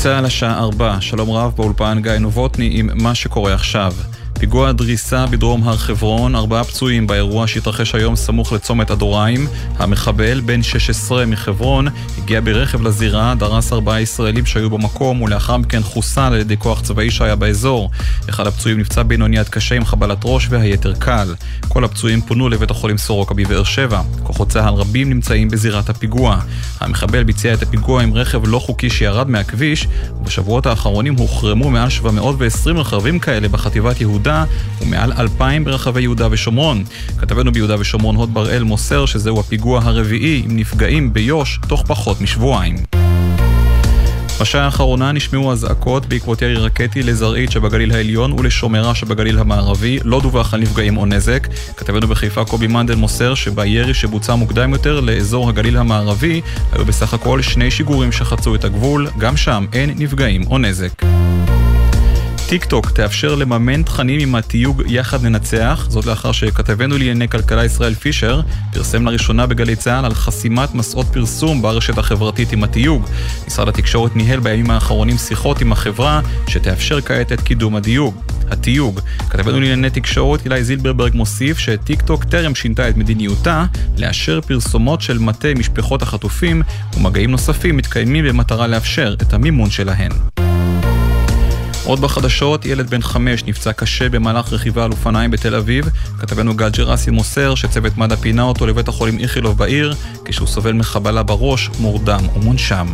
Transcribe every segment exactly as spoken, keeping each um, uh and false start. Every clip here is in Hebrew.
צהל השעה ארבע, שלום רב באולפן גיא נובוטני עם מה שקורה עכשיו. פיגוע דריסה בדרום הר חברון, ארבעה פצועים באירוע שהתרחש היום סמוך לצומת הדוריים. המחבל, בן שש עשרה מחברון, הגיע ברכב לזירה, דרס ארבעה ישראלים שהיו במקום, ולאחר מכן חוסל על ידי כוח צבאי שהיה באזור. אחד הפצועים נפצע בינוני עד קשה עם חבלת ראש והיתר קל. כל הפצועים פונו לבית החולים סורוקה בבאר שבע. כוחות צה"ל רבים נמצאים בזירת הפיגוע. המחבל ביצע את הפיגוע עם רכב לא חוקי שירד מהכביש, ובשבועות האחרונים הוחרמו מעל שבע מאות ועשרים רכבים כאלה בחטיבת יהודה, ומעל אלפיים ברחבי יהודה ושומרון. כתבנו ביהודה ושומרון הוד בראל מוסר שזהו הפיגוע הרביעי עם נפגעים ביוש תוך פחות משבועיים. בשעה האחרונה נשמעו הזעקות בעקבות ירי רקטי לזרעית שבגליל העליון ולשומרה שבגליל המערבי. לא דווח על נפגעים או נזק. כתבנו בחיפה קובי מנדל מוסר שבירי שבוצע מוקדם יותר לאזור הגליל המערבי היו בסך הכל שני שיגורים שחצו את הגבול. גם שם אין נפגעים או נזק. טיק טוק תאפשר לממן תכנים עם התיוג יחד ננצח, זאת לאחר שכתבנו לענייני כלכלה ישראל פישר פרסם לראשונה בגלי צה"ל על חסימת מסעות פרסום ברשת החברתית עם התיוג. משרד התקשורת ניהל בימים האחרונים שיחות עם החברה שתאפשר כעת את קידום הדיוג. התיוג. כתבנו לענייני תקשורת אילי זילברברג מוסיף שטיק טוק טרם שינתה את מדיניותה לאשר פרסומות של מטה משפחות החטופים, ומגעים נוספים מתקיימים במטרה לאפשר את המימון שלהן. עוד בחדשות, ילד בן חמש נפצע קשה במהלך רכיבה על אופניים בתל אביב. כתבנו גל ג'רסי מוסר שצוות מד"א פינה אותו לבית החולים איכילוב בעיר כשהוא סובל מחבלה בראש, מורדם ומונשם.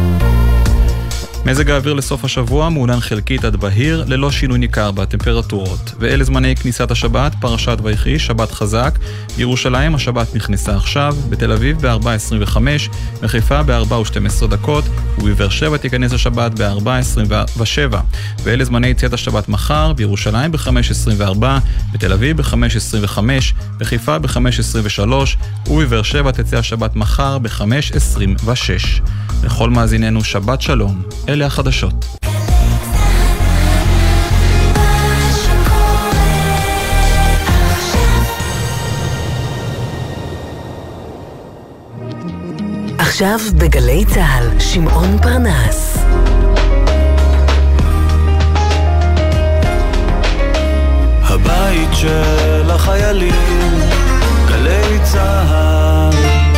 מזג האוויר לסוף השבוע מעונן חלקית עד בהיר ללא שינוי ניכר בטמפרטורות. ואלה זמני כניסת השבת, פרשת ויחי, שבת חזק. בירושלים השבת נכנסה עכשיו, בתל אביב ב-ארבע עשרים וחמש, בחיפה ב-ארבע ושתים עשרה דקות, ובבאר שבע תיכנס השבת ב-ארבע עשרים ושבע. ואלה זמני יציאת השבת מחר, בירושלים ב-חמש עשרים וארבע, בתל אביב ב-חמש עשרים וחמש, בחיפה ב-חמש עשרים ושלוש, ובבאר שבע תצא השבת מחר ב-חמש עשרים ושש. לכל מאזיננו שבת שלום. אלה החדשות. עכשיו בגלי צהל, שמעון פרנס. הבית של החיילים, גלי צהל.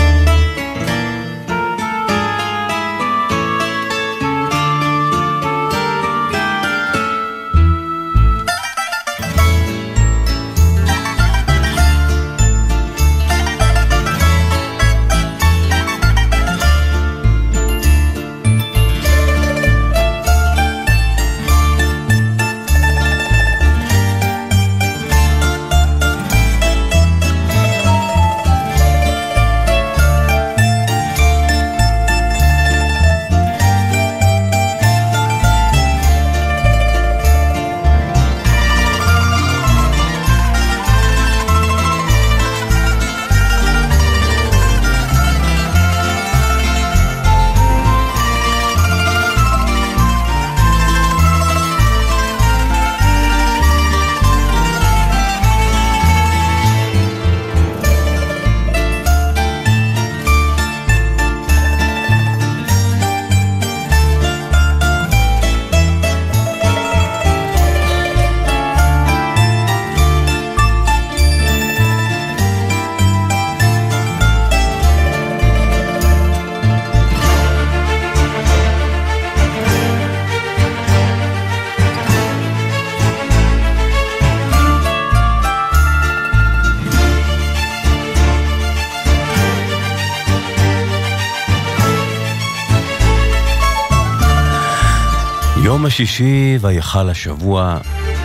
יום השישי ויחל השבוע,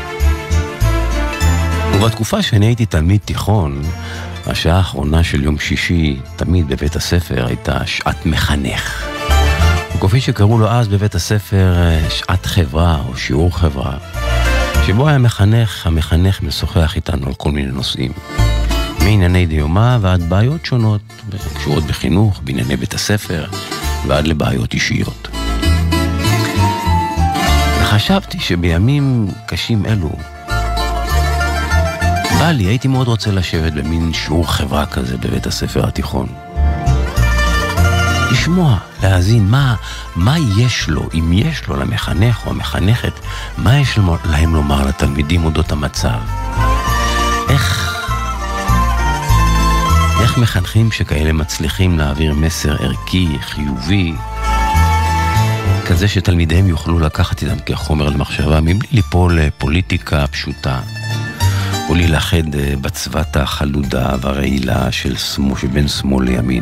ובתקופה שאני הייתי תלמיד תיכון, השעה האחרונה של יום שישי תמיד בבית הספר הייתה שעת מחנך. וכפי שקראו לו אז בבית הספר שעת חברה או שיעור חברה, שבו היה מחנך, המחנך משוחח איתנו על כל מיני נושאים. מענייני דיומה ועד בעיות שונות, קשורות בחינוך, בענייני בית הספר, ועד לבעיות אישיות. וחשבתי שבימים קשים אלו, בא לי, הייתי מאוד רוצה לשבת במין שיעור חברה כזה בבית הספר התיכון. לשמוע, להאזין, מה, מה יש לו, אם יש לו למחנך או המחנכת, מה יש להם לומר לתלמידים אודות המצב. איך, איך מחנכים שכאלה מצליחים להעביר מסר ערכי, חיובי, כזה שתלמידיהם יוכלו לקחת איתם כחומר למחשבה, מבלי ליפול לפוליטיקה פשוטה, או להילחד בצוות החלודה והרעילה של שמו, שבין שמאל לימין.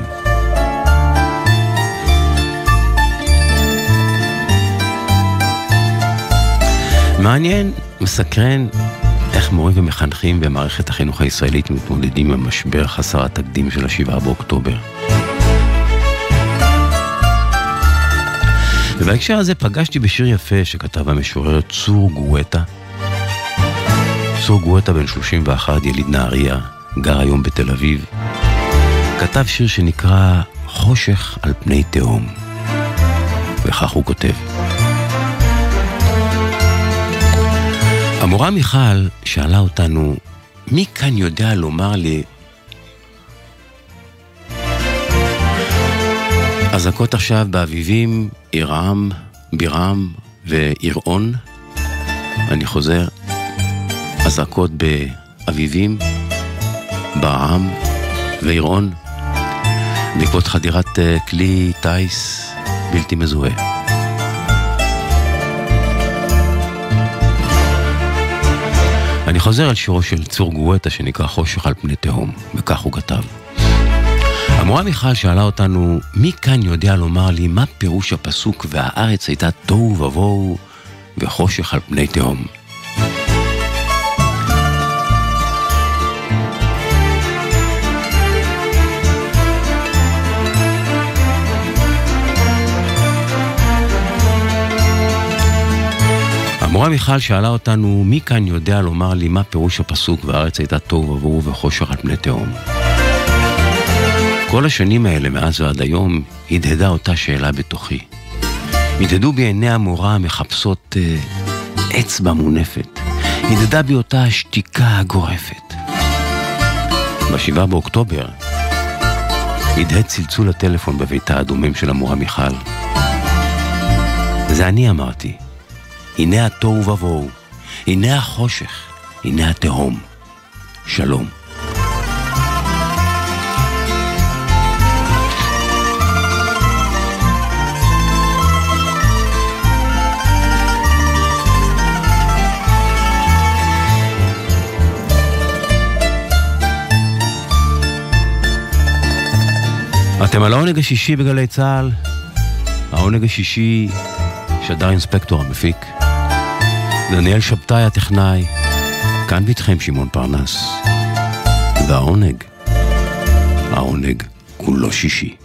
מעניין, מסקרן, איך מורים ומחנכים במערכת החינוך הישראלית מתמודדים עם המשבר חסר התקדים של השבעה באוקטובר. ובהקשר הזה פגשתי בשיר יפה שכתב המשורר צור גואטה. צור גואטה בן שלושים ואחת, יליד נהריה, גר היום בתל אביב. כתב שיר שנקרא חושך על פני תהום. וכך הוא כותב. המורה מיכל שאלה אותנו, מי כאן יודע לומר לי אזעקות עכשיו באביבים, ירעם, בירעם וירעון? אני חוזר, אזעקות באביבים, ברעם וירעון, בעקבות חדירת כלי טייס בלתי מזוהה. אני חוזר על שירו של צור גואטה שנקרא חושך על פני תהום, וכך הוא כתב. המורה מיכל שאלה אותנו, מי כאן יודע לומר לי מה פירוש הפסוק והארץ הייתה תוהו ובוהו וחושך על פני תהום? המורה מיכל שאלה אותנו, מי כאן יודע לומר לי מה פירוש הפסוק והארץ הייתה תוהו ובוהו וחושך על פני תהום? כל השנים האלה מאז ועד היום הדהדה אותה שאלה בתוכי. הדהדו בעיני המורה המחפשות אה, אצבע מונפת. הדהדה בי אותה השתיקה הגורפת. בשבעה באוקטובר הדהד צלצול הטלפון בביתה הדומם של המורה מיכל. זה אני אמרתי. הנה התוהו ובוהו, הנה החושך, הנה התהום. שלום. אתם על העונג השישי בגלי צהל. העונג השישי שדר אינספקטור המפיק, דניאל שבתאי הטכנאי, כאן ביתכם שמעון פרנס. והעונג, העונג כולו שישי.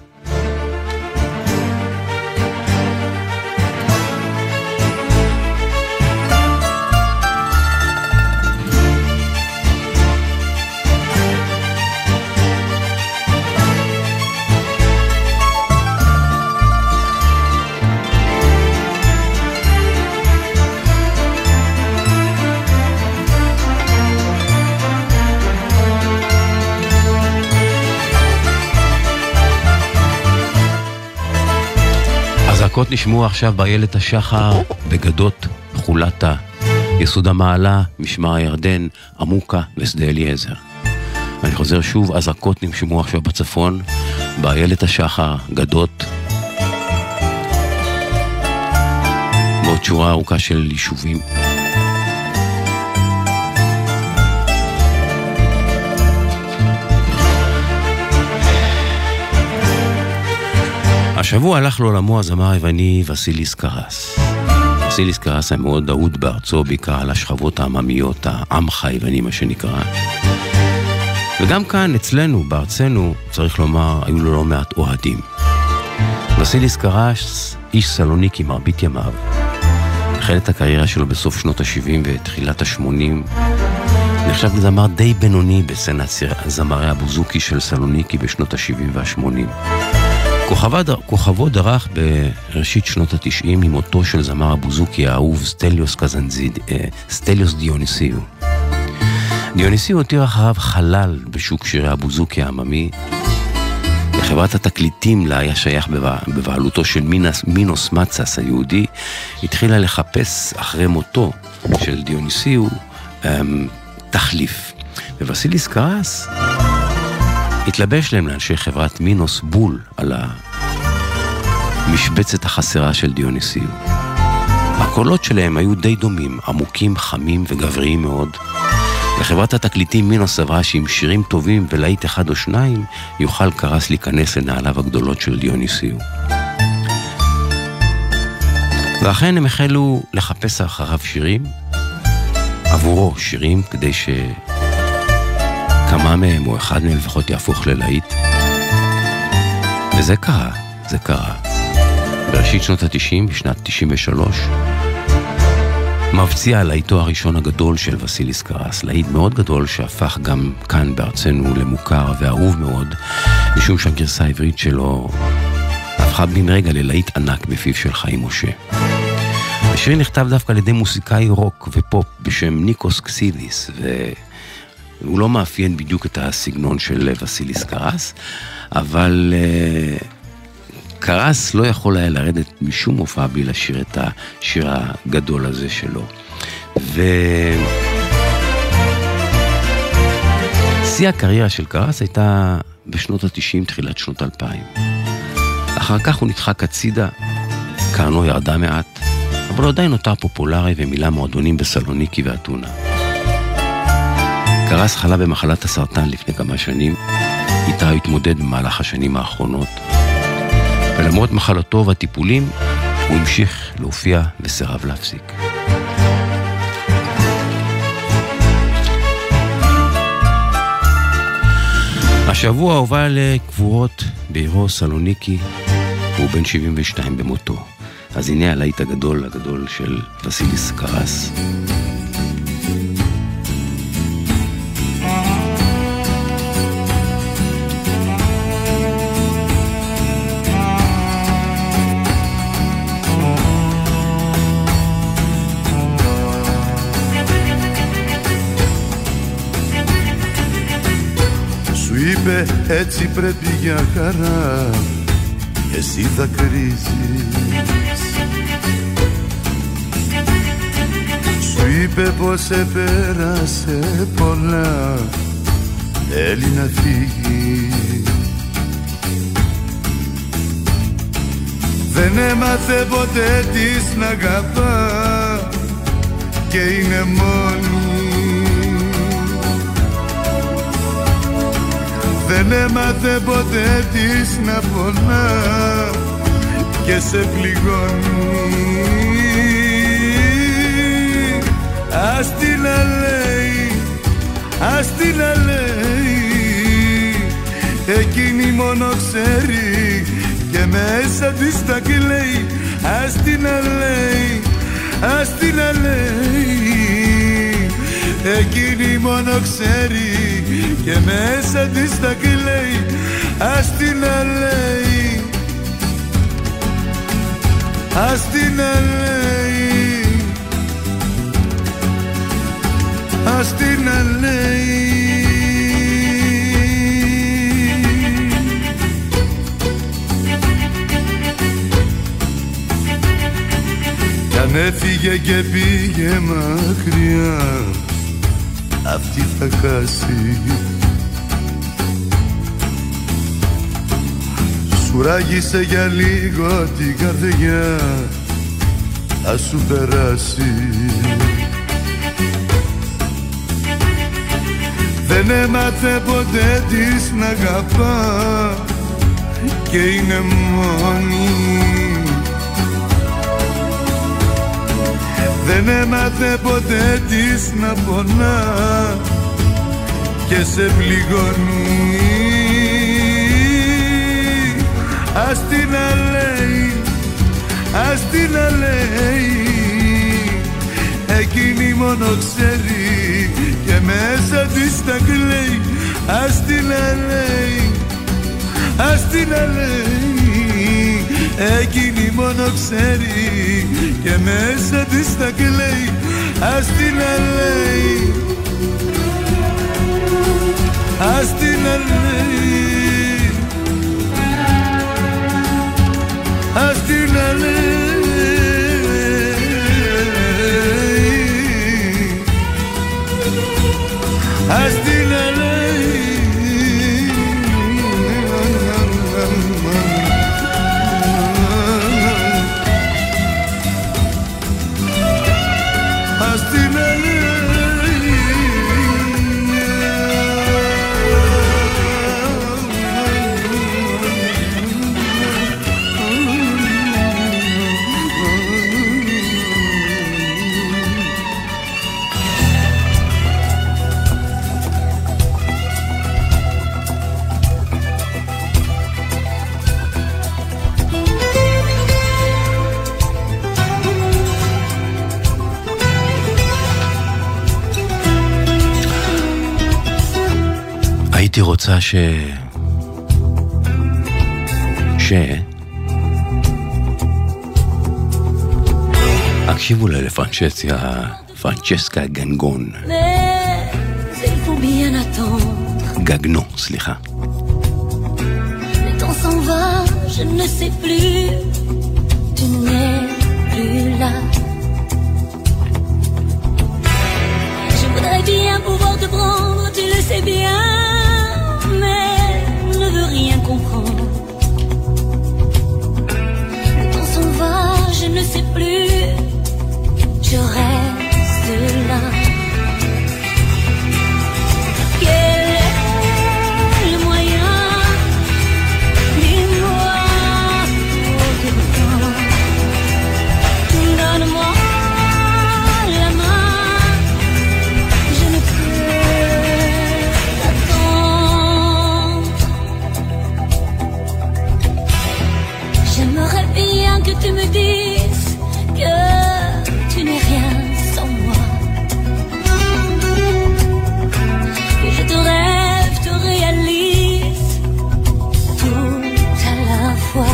הזעקות נשמעו עכשיו באיילת השחר, בגדות, חולתה, יסוד המעלה, משמר הירדן, עמוקה ושדה אליעזר. אני חוזר שוב, הזעקות נשמעו עכשיו בצפון, באיילת השחר, גדות, ועוד שורה ארוכה של יישובים. השבוע הלך לעולמו הזמר היווני וסיליס קרס. וסיליס קרס היה מאוד אהוד בארצו, בעיקר על השכבות העממיות, העמך היווני מה שנקרא. וגם כאן אצלנו, בארצנו, צריך לומר, היו לו לא מעט אוהדים. וסיליס קרס, איש סלוניקי מרבית ימיו, החל את הקריירה שלו בסוף שנות ה-שבעים ותחילת ה-שמונים. נחשב לזמר די בינוני בסצנת זמרי הבוזוקי של סלוניקי בשנות ה-שבעים וה-שמונים. כוכבו דרך בראשית שנות התשעים עם מותו של זמר הבוזוקי האהוב סטליוס קזנזיד, סטליוס דיוניסיו. דיוניסיו הותיר אחריו חלל בשוק שירי הבוזוקי העממי, חברת התקליטים לה היה שייך בבעלותו של מינוס, מינוס מצס היהודי, התחילה לחפש אחרי מותו של דיוניסיו אמ, תחליף. ווסיליס קרס התלבש להם לאנשי חברת מינוס בול על המשבצת החסרה של דיוניסיו. הקולות שלהם היו די דומים, עמוקים, חמים וגבריים מאוד. לחברת התקליטים מינוס סברה שעם שירים טובים ולהיט אחד או שניים יוכל קרס להיכנס לנעליו הגדולות של דיוניסיו. ואכן הם החלו לחפש אחריו שירים, עבורו שירים, כדי שכמה מהם או אחד מהם לפחות יהפוך ללהיט. וזה קרה, זה קרה. בראשית שנות ה-תשעים, בשנת תשעים ושלוש, מבציע להיטו הראשון הגדול של וסיליס קרס, להיט מאוד גדול שהפך גם כאן בארצנו למוכר ואהוב מאוד, משום שהגרסה העברית שלו הפכה בן רגע ללהיט ענק בפיו של חיים משה. השיר נכתב דווקא על ידי מוסיקאי רוק ופופ בשם ניקוס קסיליס, והוא לא מאפיין בדיוק את הסגנון של וסיליס קרס, אבל uh, קרס לא יכול היה לרדת משום הופעה בלי לשיר את השיר הגדול הזה שלו. ו... שיא הקריירה של קרס הייתה בשנות ה-תשעים, תחילת שנות אלפיים. אחר כך הוא נדחק הצידה, קרנו ירדה מעט, אבל עדיין נותר פופולרי ומילה מועדונים בסלוניקי ואתונה. קרס חלה במחלת הסרטן לפני כמה שנים, איתה הוא התמודד במהלך השנים האחרונות, ולמרות מחלתו והטיפולים, הוא המשיך להופיע וסירב להפסיק. השבוע הובא לקבורות בעירו סלוניקי, והוא בן שבעים ושתיים במותו. אז הנה הלהיט הגדול, הגדול של וסיליס קרס. Σου είπε έτσι πρέπει για χαρά, εσύ θα κρίζεις. Σου είπε πως επέρασε πολλά, θέλει να φύγει. Δεν έμαθε ποτέ της να αγαπά και είναι μόνη. Δεν έμαθε ποτέ της να πονά και σε πληγώνει. Ας την να λέει, ας την να λέει, εκείνη μόνο ξέρει και μέσα της τα κλαίει. Ας την να λέει, ας την να λέει, εκείνη μόνο ξέρει και μέσα της τα κλαίει. Ας την να λέει, ας την να λέει, ας την να λέει. Κι αν έφυγε και πήγε μακριά, αυτή θα χάσει. Σου ράγισε για λίγο την καρδιά, θα σου περάσει. Δεν έμαθε ποτέ της να αγαπά και είναι μόνη. Δεν έμαθε ποτέ της να πονά και σε πληγώνει. Ας την να λέει, ας την να λέει, εκείνη μόνο ξέρει και μέσα της τα κλαίει. Ας την να λέει, ας την να λέει, εκείνη μόνο ξέρει και μέσα της τα κλαίει. Ας την να λέει, ας την να λέει, אז תנעלי אז תנעלי הייתי רוצה ש... ש... הקשיבו לה לפרנצ'סקה, פרנצ'סקה גנגון. גגנו, סליחה. Le temps s'en va, je ne sais plus, tu n'es plus là. Je voudrais bien pouvoir te prendre, tu le sais bien, mais ne veux rien comprendre. Le temps s'en va, je ne sais plus, je reste là. Quel est le moyen? Dis-moi, pour te prendre. Donne-moi la main, je ne peux t'attendre. J'aimerais bien que tu me dises que tu n'es rien sans moi. Que je te rêve, te réalise tout à la fois.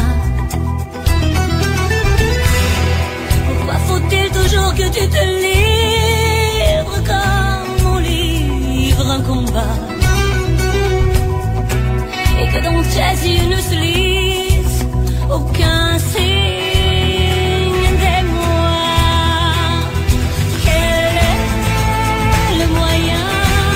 Pourquoi faut-il toujours que tu te livres comme on livre un combat? Et que dans tes yeux ne se lise aucun signe d'émoi. Quel est le moyen?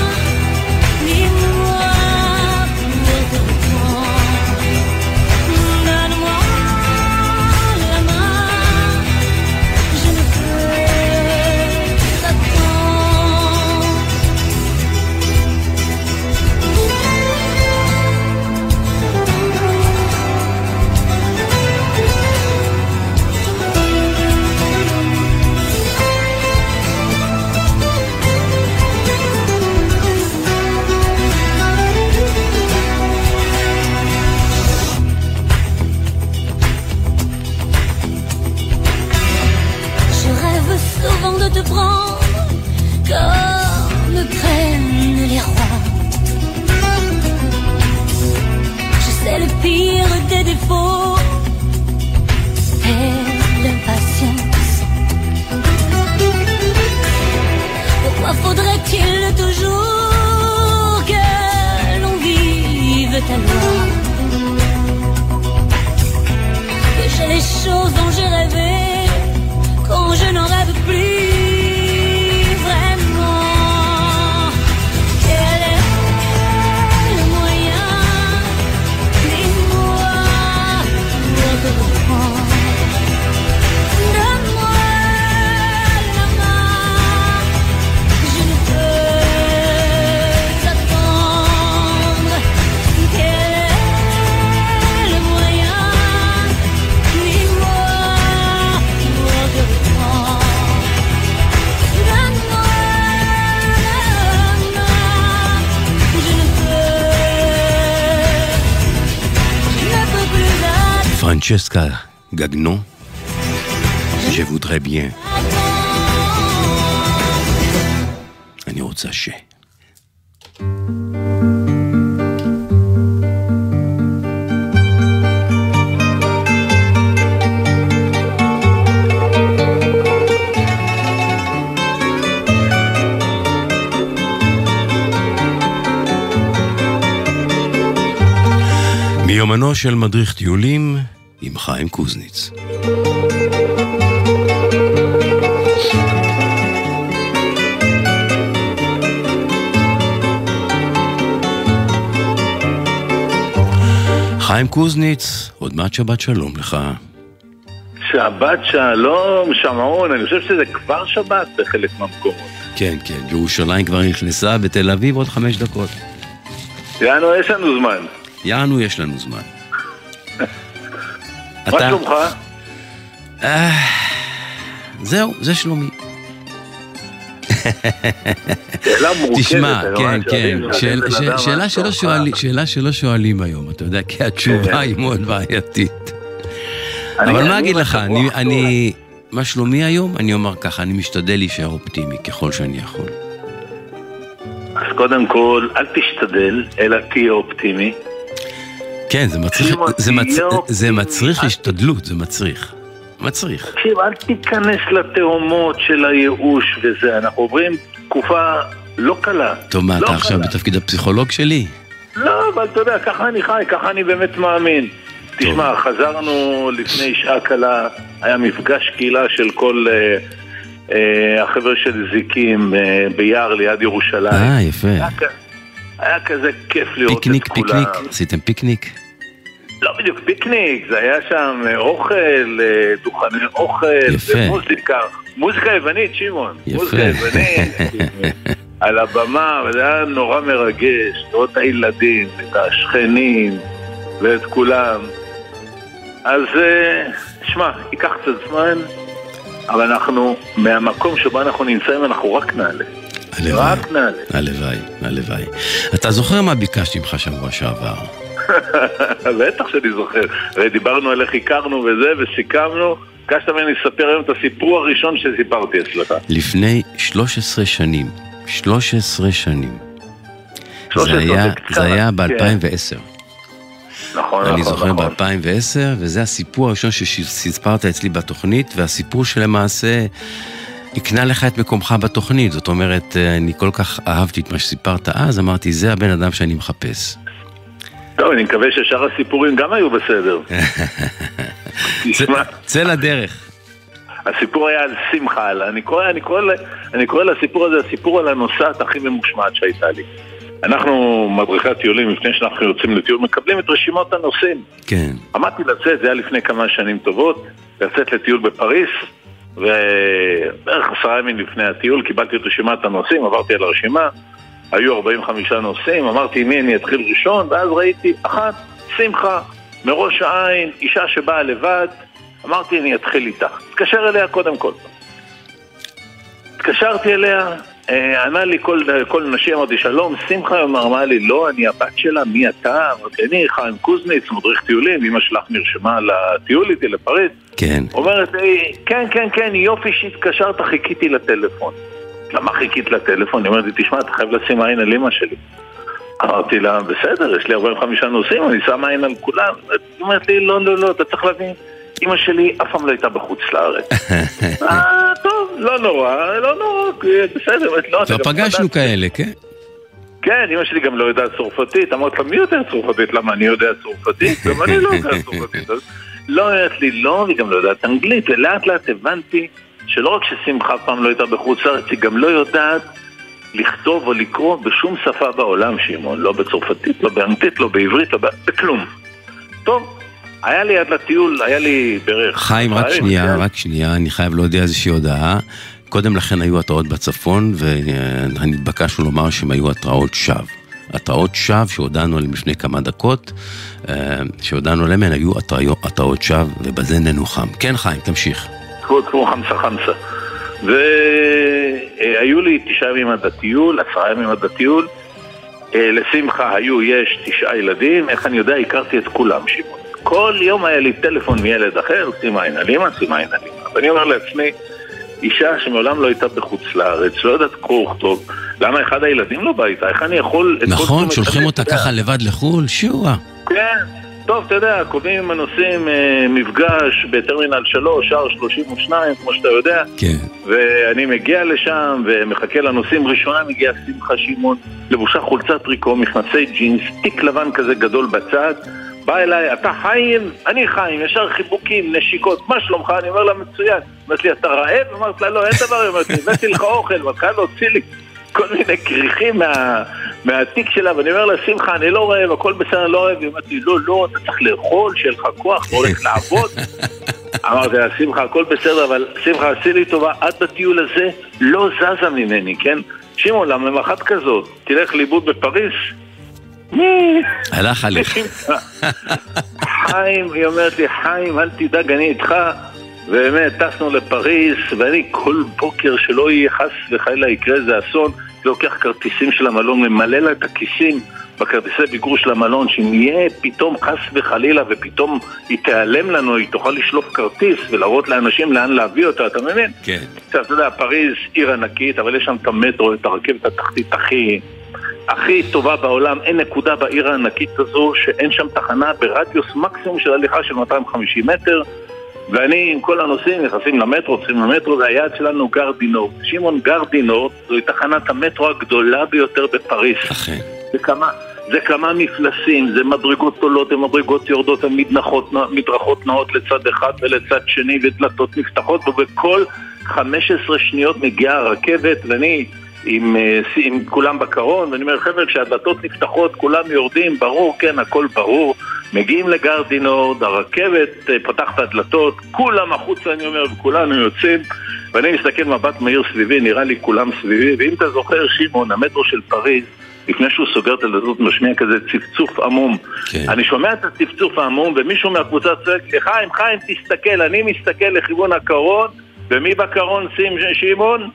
Dis-moi pour te reprendre. Donne-moi la main, je ne peux t'attendre. Je rêve souvent de te prendre comme me prennent les rois. Je sais le pire des défauts et l'impatience. Pourquoi faudrait-il toujours que l'on vive ta loi? Que j'ai les choses dont j'ai rêvé quand je n'en rêve plus vraiment. Quel est le moyen? Dis-moi pour te reprendre. Donne-moi la main, je ne peux t'attendre. Quel est le moyen? Dis-moi pour te reprendre. Donne-moi la main, je ne peux, je ne peux plus attendre. פרנצ'סקה גגנו, je voudrais bien. אני רוצה ש... מיומנו של מדריך טיולים עם חיים קוזניץ. חיים קוזניץ, עוד מעט שבת שלום לך. שבת שלום, שמעון, אני חושב שזה כבר שבת בחלק מהמקומות. כן, כן, ירושלים כבר נכנסה, בתל אביב עוד חמש דקות. יענו, יש לנו זמן. יענו, יש לנו זמן. מה שלומך? זהו, זה שלומי. שאלה מורכבת. תשמע, כן, כן, שאלה שלא שואלים היום, אתה יודע, כי התשובה היא מאוד בעייתית. אבל מה אגיד לך, אני, מה שלומי היום? אני אומר ככה, אני משתדל להישאר אופטימי ככל שאני יכול. אז קודם כל, אל תשתדל, אלא תהיה אופטימי. כן, זה מצריך, זה מצ... זה מצריך השתדלות, זה מצריך. מצריך. תקשיב, אל תיכנס לתאומות של הייאוש וזה, אנחנו עוברים תקופה לא קלה. טוב, מה, אתה עכשיו בתפקיד הפסיכולוג שלי? לא, אבל אתה יודע, ככה אני חי, ככה אני באמת מאמין. תשמע, חזרנו לפני שעה קלה, היה מפגש קהילה של כל אה, אה, החבר'ה של זיקים אה, ביער ליד ירושלים. אה, יפה. היה, היה כזה כיף לראות פיקניק, את כולם. פיקניק, פיקניק? עשיתם פיקניק? לא בדיוק פיקניק, זה היה שם אוכל, דוכני אוכל, מוזיקה, מוזיקה יוונית, שמעון. מוזיקה יוונית, על הבמה, וזה היה נורא מרגש, לראות את הילדים, את השכנים ואת כולם. אז שמע, ייקח קצת זמן, אבל אנחנו, מהמקום שבו אנחנו נמצאים, אנחנו רק נעלה. רק נעלה. הלוואי, הלוואי. אתה זוכר מה ביקשתי ממך שבוע שעבר? בטח שאני זוכר. דיברנו על איך הכרנו וזה, וסיכמנו. ביקשת ממני לספר היום את הסיפור הראשון שסיפרתי אצלך. לפני שלוש עשרה שנים. שלוש עשרה שנים. זה היה ב-אלפיים ועשר. נכון, אני זוכר ב-אלפיים ועשר, וזה הסיפור הראשון שסיפרת אצלי בתוכנית, והסיפור שלמעשה יקנה לך את מקומך בתוכנית. זאת אומרת, אני כל כך אהבתי את מה שסיפרת אז, אמרתי, זה הבן אדם שאני מחפש. טוב, אני מקווה ששאר הסיפורים גם היו בסדר. צא לדרך. הסיפור היה על שמחה, אני קורא, אני קורא, אני קורא לסיפור הזה, הסיפור על הנוסעת הכי ממושמעת שהייתה לי. אנחנו מדריכי טיולים, לפני שאנחנו יוצאים לטיול, מקבלים את רשימות הנוסעים. כן. עמדתי לצאת, זה היה לפני כמה שנים טובות, לצאת לטיול בפריס, ובערך עשרה ימים לפני הטיול קיבלתי את רשימת הנוסעים, עברתי על הרשימה, היו ארבעים וחמישה נוסעים, אמרתי מי אני אתחיל ראשון, ואז ראיתי אחת, שמחה, מראש העין, אישה שבאה לבד, אמרתי אני אתחיל איתך, התקשר אליה קודם כל. התקשרתי אליה, ענה לי כל, כל נשים, אמרתי שלום, שמחה, אמרה לי לא, אני הבת שלה, מי אתה? אמרתי אני חיים קוזניץ, מדריך טיולים, אמא שלך נרשמה לטיול איתי לפריז. כן. אומרת לי, כן, כן, כן, יופי שהתקשרת, חיכיתי לטלפון. למה חיכית לטלפון? היא אומרת לי, תשמע, אתה חייב לשים עין על אמא שלי. אמרתי לה, בסדר, יש לי ארבעים וחמישה נוסעים, אני שם עין על כולם. היא אומרת לי, לא, לא, לא, אתה צריך להבין, אמא שלי אף פעם לא הייתה בחוץ לארץ. אה, טוב, לא נורא, לא נורא, בסדר. כבר פגשנו כאלה, כן? כן, אמא שלי גם לא יודעת צרפתית. אמרת לה, מי יודע צרפתית? למה אני יודע צרפתית? גם אני לא יודע צרפתית. לא יודעת לי לא, והיא גם לא יודעת אנגלית, ולאט לאט הבנתי שלא רק ששמחה פעם לא הייתה בחוץ לארץ, היא גם לא יודעת לכתוב או לקרוא בשום שפה בעולם, שמעון, לא בצרפתית, לא באנגלית, לא בעברית, לא בכלום. טוב, היה לי עד לטיול, היה לי בערך... חיים, רק שנייה, רק שנייה, אני חייב להודיע איזושהי הודעה. קודם לכן היו התראות בצפון, ואני התבקשנו לומר שהם היו התראות שווא. התראות שווא שהודענו עליהם לפני כמה דקות, שהודענו עליהם היו התראות שווא, ובזה ננוחם. כן, חיים, תמשיך. כמו חמסה חמסה. והיו לי תשעה ימים עד הטיול, עשרה ימים עד הטיול. לשמחה היו, יש תשעה ילדים, איך אני יודע, הכרתי את כולם, שמעון. כל יום היה לי טלפון מילד אחר, שימה עין על אמא, שימה עין על אמא. ואני אומר לעצמי, אישה שמעולם לא הייתה בחוץ לארץ, לא יודעת קרוא וכתוב, למה אחד הילדים לא בא איתה? איך אני יכול... נכון, שולחים אותה ככה לבד לחול, שואה. כן. טוב, אתה יודע, קובעים עם הנוסעים אה, מפגש בטרמינל שלוש, שער שלושים ושניים, כמו שאתה יודע. כן. ואני מגיע לשם ומחכה לנוסעים. ראשונה מגיע שמחה שמעון, לבושה חולצת טריקו, מכנסי ג'ינס, תיק לבן כזה גדול בצד. בא אליי, אתה חיים? אני חיים, ישר חיבוקים, נשיקות, מה שלומך? אני אומר לה מצוין. אמרת לי, אתה רעב? אמרת לה, לא, אין דבר. אמרת לי, הבאתי לך אוכל, מתחילה להוציא לי כל מיני קריחים מה, מהתיק שלה, ואני אומר לה, שמחה, אני לא רעב, הכל בסדר, אני לא רעב, היא אמרתי, לא, לא, אתה צריך לאכול, שיהיה לך כוח, אתה הולך לעבוד. אמרתי לה, שמחה, הכל בסדר, אבל שמחה, עשי לי טובה, עד בטיול הזה לא זזה ממני, כן? שמעון, למה אחת כזאת, תלך לאיבוד בפריס, הלך עליך. חיים, היא אומרת לי, חיים, אל תדאג, אני איתך. באמת, טסנו לפריס, ואני כל בוקר שלא יהיה חס וחלילה יקרה איזה אסון, לוקח כרטיסים של המלון, ממלא לה את הכיסים בכרטיסי ביקור של המלון, שאם יהיה פתאום חס וחלילה ופתאום היא תיעלם לנו, היא תוכל לשלוף כרטיס ולהראות לאנשים לאן להביא אותה, אתה מבין? כן. עכשיו, אתה יודע, פריז עיר ענקית, אבל יש שם את המטרו, את הרכבת התחתית הכי... הכי טובה בעולם, אין נקודה בעיר הענקית הזו שאין שם תחנה ברדיוס מקסימום של הליכה של מאתיים וחמישים מטר, ואני עם כל הנוסעים נכנסים למטרו, צריכים למטרו, והיעד שלנו גרדינור. שמעון, גרדינור זוהי תחנת המטרו הגדולה ביותר בפריס. אחרי. זה כמה, זה כמה מפלסים, זה מדרגות גדולות, זה מדרגות יורדות, המדרכות, מדרכות נעות לצד אחד ולצד שני, ודלתות נפתחות, ובכל חמש עשרה שניות מגיעה הרכבת, ואני... עם, עם כולם בקרון, ואני אומר, חבר'ה, כשהדלתות נפתחות, כולם יורדים, ברור, כן, הכל ברור, מגיעים לגרדינורד, הרכבת פתח את הדלתות, כולם החוצה, אני אומר, וכולנו יוצאים, ואני מסתכל מבט מהיר סביבי, נראה לי כולם סביבי, ואם אתה זוכר, שמעון, המטרו של פריז, לפני שהוא סוגר את הדלתות, משמיע כזה צפצוף עמום. כן. אני שומע את הצפצוף העמום, ומישהו מהקבוצה צועק לי, חיים, חיים, תסתכל, אני מסתכל לכיוון הקרון, ומי בקרון, שמעון?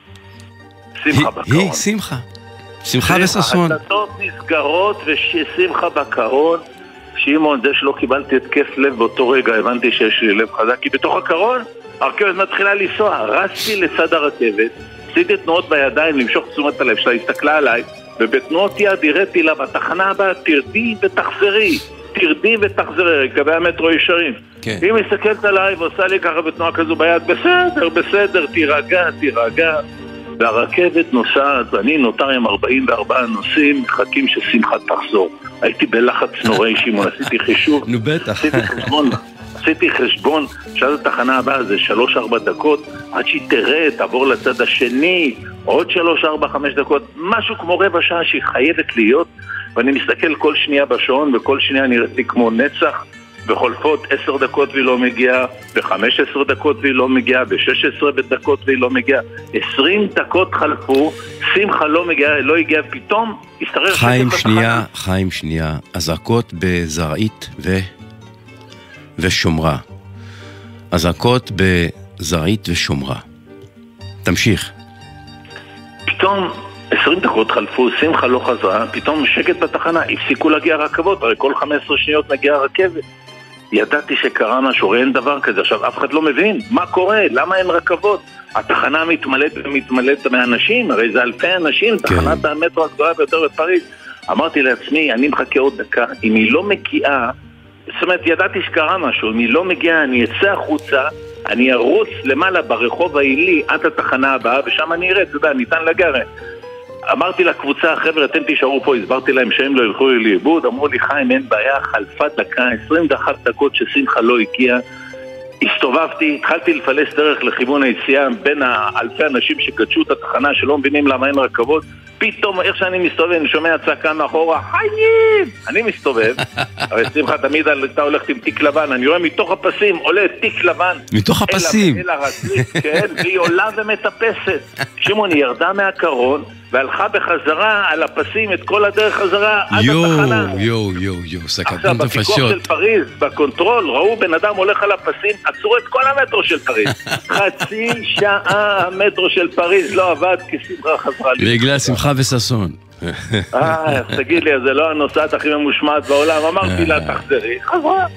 שמחה בקרון. היא, שמחה. שמחה וששון. הדלתות נסגרות ושמחה בקרון. שמעון, זה שלא קיבלתי התקף לב באותו רגע, הבנתי שיש לי לב חזק, כי בתוך הקרון הרכבת מתחילה לנסוע. רצתי לצד הרכבת, עשיתי תנועות בידיים למשוך תשומת הלב שלה, הסתכלה עליי, ובתנועות יד הראיתי לה, בתחנה הבאה, תרדי ותחזרי. תרדי ותחזרי, קווי המטרו ישרים. כן. היא מסתכלת עליי ועושה לי ככה בתנועה כזו ביד, בסדר, בסדר, תירגע, תירגע. והרכבת נוסעת, ואני נותר עם ארבעים וארבעה נוסעים, מחכים ששמחה תחזור. הייתי בלחץ נוראי, שמעון, עשיתי חישוב. נו בטח. עשיתי חשבון, עשיתי חשבון, שעד התחנה הבאה זה שלוש ארבע דקות, עד שהיא תראה, תעבור לצד השני, עוד שלוש ארבע חמש דקות, משהו כמו רבע שעה שהיא חייבת להיות, ואני מסתכל כל שנייה בשעון, וכל שנייה נראיתי כמו נצח, בחולפות עשר דקות והיא לא מגיעה, ב-חמש עשרה דקות והיא לא מגיעה, ב-שש עשרה דקות והיא לא מגיעה, עשרים דקות חלפו, שמחה לא מגיעה, לא הגיעה, פתאום הסתרר חיים שנייה, חיים שנייה, אזעקות בזרעית ו... ושומרה. אזעקות בזרעית ושומרה. תמשיך. פתאום עשרים דקות חלפו, שמחה לא חזרה, פתאום שקט בתחנה, הפסיקו להגיע רכבות, הרי כל חמש עשרה שניות מגיעה רכבת. ידעתי שקרה משהו, אין דבר כזה, עכשיו אף אחד לא מבין, מה קורה, למה אין רכבות? התחנה מתמלאת ומתמלאת מאנשים, הרי זה אלפי אנשים, כן. תחנת המטרו הגדולה ביותר בפריז. אמרתי לעצמי, אני מחכה עוד דקה, אם היא לא מגיעה, זאת אומרת, ידעתי שקרה משהו, אם היא לא מגיעה, אני אצא החוצה, אני ארוץ למעלה ברחוב העילי עד התחנה הבאה, ושם אני אראה, אתה יודע, ניתן לגרה. אמרתי לקבוצה, חבר'ה, אתם תישארו פה, הסברתי להם שהם לא ילכו לי לאיבוד, אמרו לי, חיים, אין בעיה, חלפה דקה, עשרים ואחת דקות ששמחה לא הגיע, הסתובבתי, התחלתי לפלס דרך לכיוון היציאה בין האלפי אנשים שקדשו את התחנה, שלא מבינים למה אין רכבות, פתאום, איך שאני מסתובב, אני שומע צעקה מאחורה, חיים! אני מסתובב, הרי שמחה תמיד אתה הולכת עם תיק לבן, אני רואה מתוך הפסים, עולה תיק לבן. מתוך הפסים. אל הרצית, כן, והיא עולה ומטפסת. שמעון, היא ירדה מהקרון, והלכה בחזרה על הפסים את כל הדרך חזרה עד התחנה. יו, יו, יו, יו, סכנת נפשות. עכשיו, בפיקוח של פריז, בקונטרול, ראו בן אדם הולך על הפסים, עצרו את כל המטרו של פריז. חצי שעה המטרו של פריז לא עבד, כי שמחה חזרה לי. בגלל שמחה וששון. אה, תגיד לי, זה לא הנוסעת הכי ממושמעת בעולם, אמרתי לה, תחזרי, חזרה.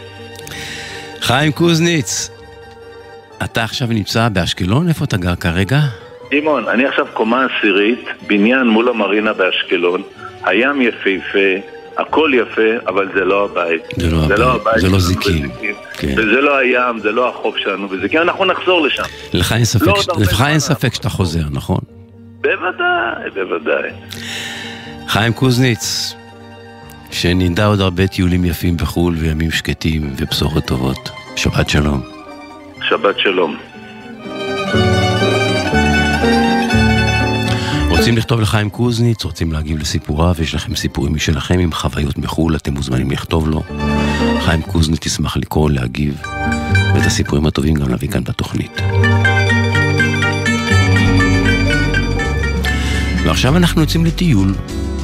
חיים קוזניץ, אתה עכשיו נמצא באשקלון? איפה אתה גר כרגע? דימון, אני עכשיו קומה עשירית, בניין מול המרינה באשקלון, הים יפהפה, הכל יפה, אבל זה לא הבית. זה לא הבית, לא הבית, זה לא זיקים. כן. וזה לא הים, זה לא החוף שלנו בזיקים, אנחנו נחזור לשם. לך אין ספק, לא ש... לך אין ספק שאתה חוזר, נכון? בוודאי, בוודאי. חיים קוזניץ, שנדע עוד הרבה טיולים יפים בחול וימים שקטים ובשורות טובות. שבת שלום. שבת שלום. רוצים לכתוב לחיים קוזניץ, רוצים להגיב לסיפוריו, יש לכם סיפורים משלכם עם חוויות מחול, אתם מוזמנים לכתוב לו. חיים קוזניץ ישמח לקרוא, להגיב, ואת הסיפורים הטובים גם להביא כאן בתוכנית. ועכשיו אנחנו יוצאים לטיול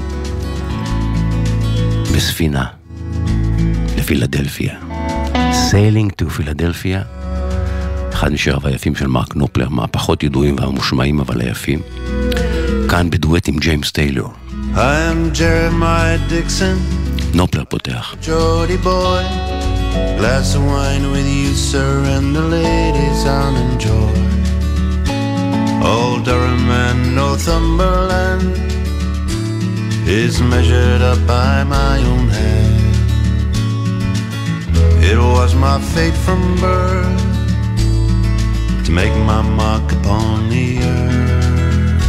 בספינה לפילדלפיה. Sailing to Philadelphia, אחד משיריו היפים של מרק נופלר, מהפחות ידועים והמושמעים אבל היפים, כאן בדואט עם ג'יימס טיילור. I am Jeremiah Dixon, נופלר פותח. Jody boy, glass of wine with you sir and the ladies I'll enjoy. Old Durham and Northumberland is measured up by my own hand. It was my fate from birth to make my mark upon the earth.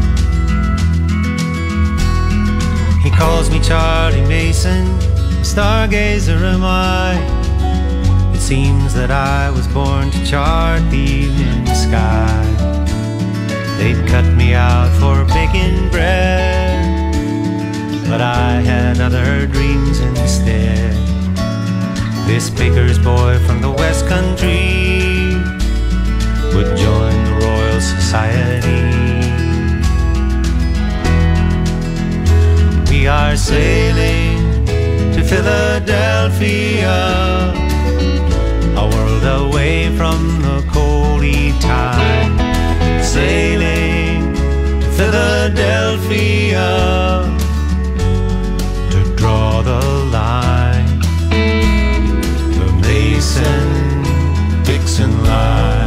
He calls me Charlie Mason, stargazer am I. It seems that I was born to chart the evening sky. They'd cut me out for baking bread, but I had other dreams instead. This baker's boy from the West Country would join the Royal Society. We are sailing to Philadelphia, a world away from the coldy tide. Sailing to Philadelphia to draw the line, the Mason-Dixon line.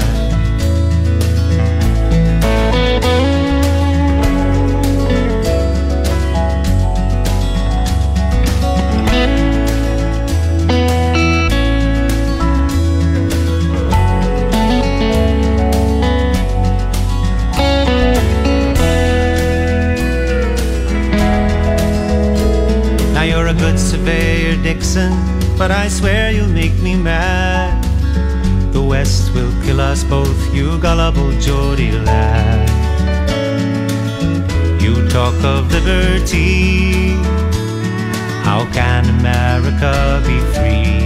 Good surveyor Dixon, but I swear you'll make me mad. The West will kill us both, you gullible Geordie lad. You talk of liberty, how can America be free?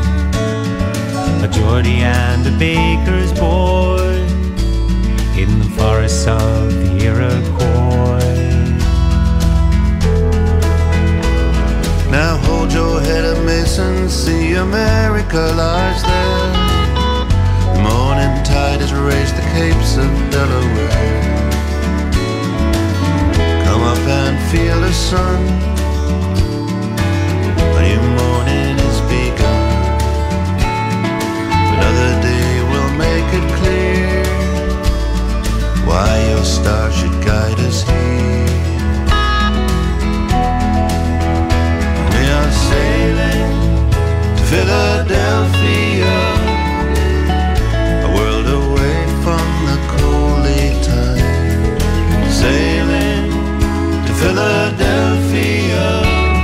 A Geordie and a baker's boy in the forests of the Iroquois. Now hold your head up, Mason, see America lies there. The morning tide has raised the capes of Delaware. Come up and feel the sun, a new morning is begun. Another day will make it clear why your star should guide us here. Sailing to Philadelphia, a world away from the coldy tide. Sailing to Philadelphia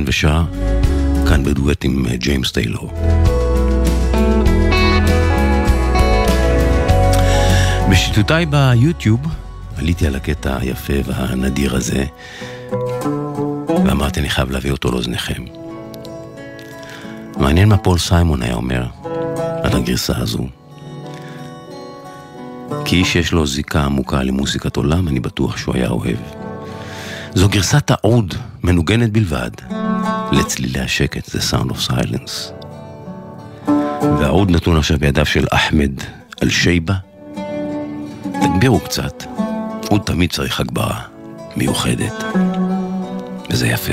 ושר, כאן בדואט עם ג'יימס טיילור. בשיטותיי ביוטיוב עליתי על הקטע היפה והנדיר הזה, ואמרתי אני חייב להביא אותו לאוזניכם. מעניין מה פול סיימון היה אומר על הגרסה הזו. כי איש יש לו זיקה עמוקה למוסיקת עולם, אני בטוח שהוא היה אוהב. זו גרסת העוד, מנוגנת בלבד, לצלילי השקט, זה Sound of Silence. והעוד נתון עכשיו בידיו של אחמד אל-שייבה. תגבירו קצת, עוד תמיד צריך הגברה מיוחדת, וזה יפה.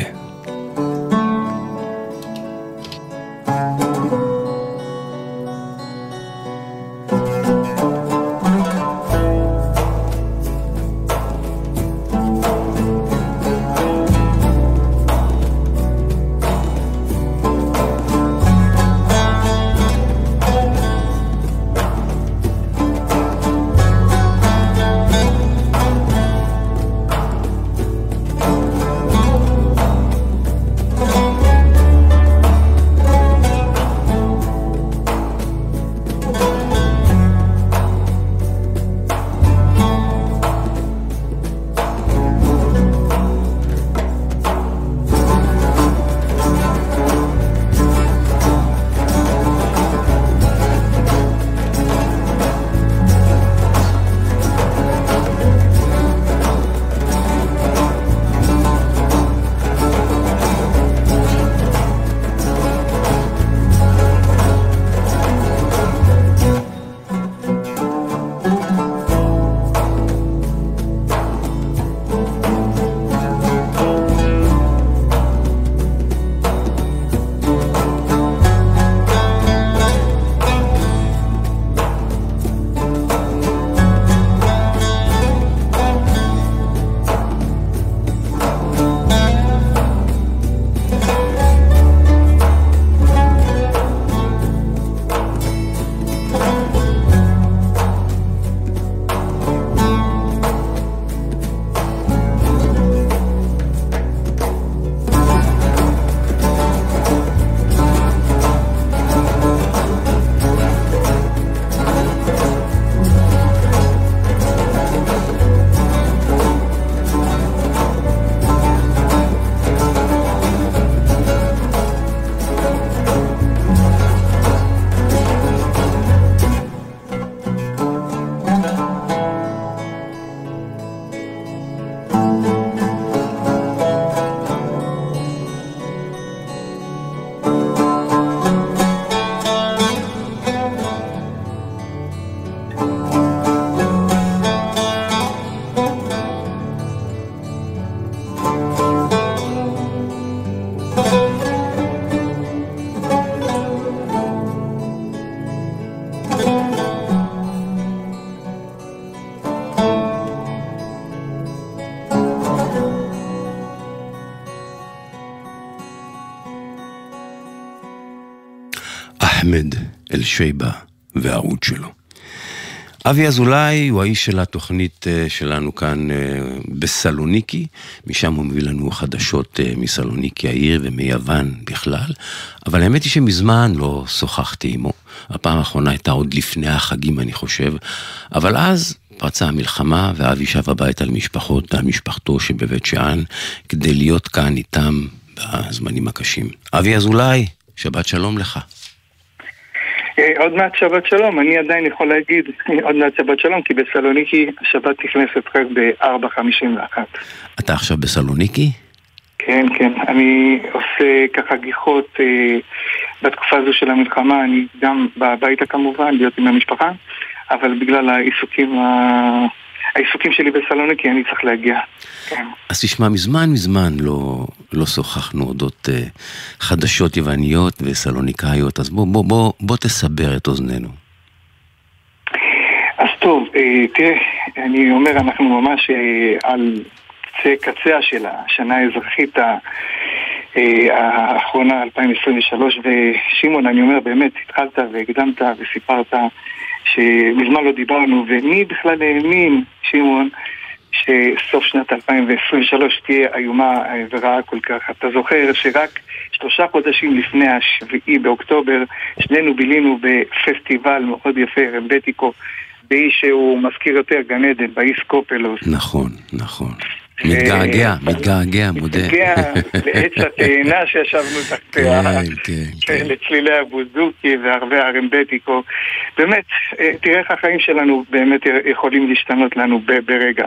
אחמד אל-שייבה והעוד שלו. אבי אזולאי הוא האיש של התוכנית שלנו כאן בסלוניקי, משם הוא מביא לנו חדשות מסלוניקי העיר ומיוון בכלל, אבל האמת היא שמזמן לא שוחחתי עמו. הפעם האחרונה הייתה עוד לפני החגים אני חושב, אבל אז פרצה המלחמה ואבי שב הביתה למשפחות, על משפחתו שבבית שאן, כדי להיות כאן איתם בזמנים הקשים. אבי אזולאי, שבת שלום לך. עוד מעט שבת שלום, אני עדיין יכול להגיד עוד מעט שבת שלום, כי בסלוניקי השבת נכנסת רק ב-ארבע חמישים ואחת. אתה עכשיו בסלוניקי? כן, כן, אני עושה ככה גיחות אה, בתקופה הזו של המלחמה, אני גם בביתה כמובן, להיות עם המשפחה, אבל בגלל העיסוקים, ה... העיסוקים שלי בסלוניקי אני צריך להגיע. כן. אז תשמע, מזמן מזמן לא, לא שוחחנו אודות אה, חדשות יווניות וסלוניקאיות, אז בוא, בוא, בוא, בוא תסבר את אוזננו. אז טוב, אה, תראה, אני אומר, אנחנו ממש אה, על קצה קצה של השנה האזרחית האחרונה, אלפיים עשרים ושלוש, ושימון, אני אומר, באמת, התחלת והקדמת וסיפרת שמזמן לא דיברנו, ומי בכלל האמין, שימון, שסוף שנת אלפיים עשרים ושלוש תהיה איומה ורעה כל כך. אתה זוכר שרק שלושה חודשים לפני השביעי באוקטובר, שנינו בילינו בפסטיבל מאוד יפה, רמבטיקו, באיש שהוא מזכיר יותר גן עדן, באיס קופלוס. נכון, נכון. מתגעגע, מתגעגע, מודה. מתגעגע לעץ התאנה שישבנו תחתיה, לצלילי הבוזוקי והרבה הרמבטיקו. באמת, תראה איך החיים שלנו באמת יכולים להשתנות לנו ברגע.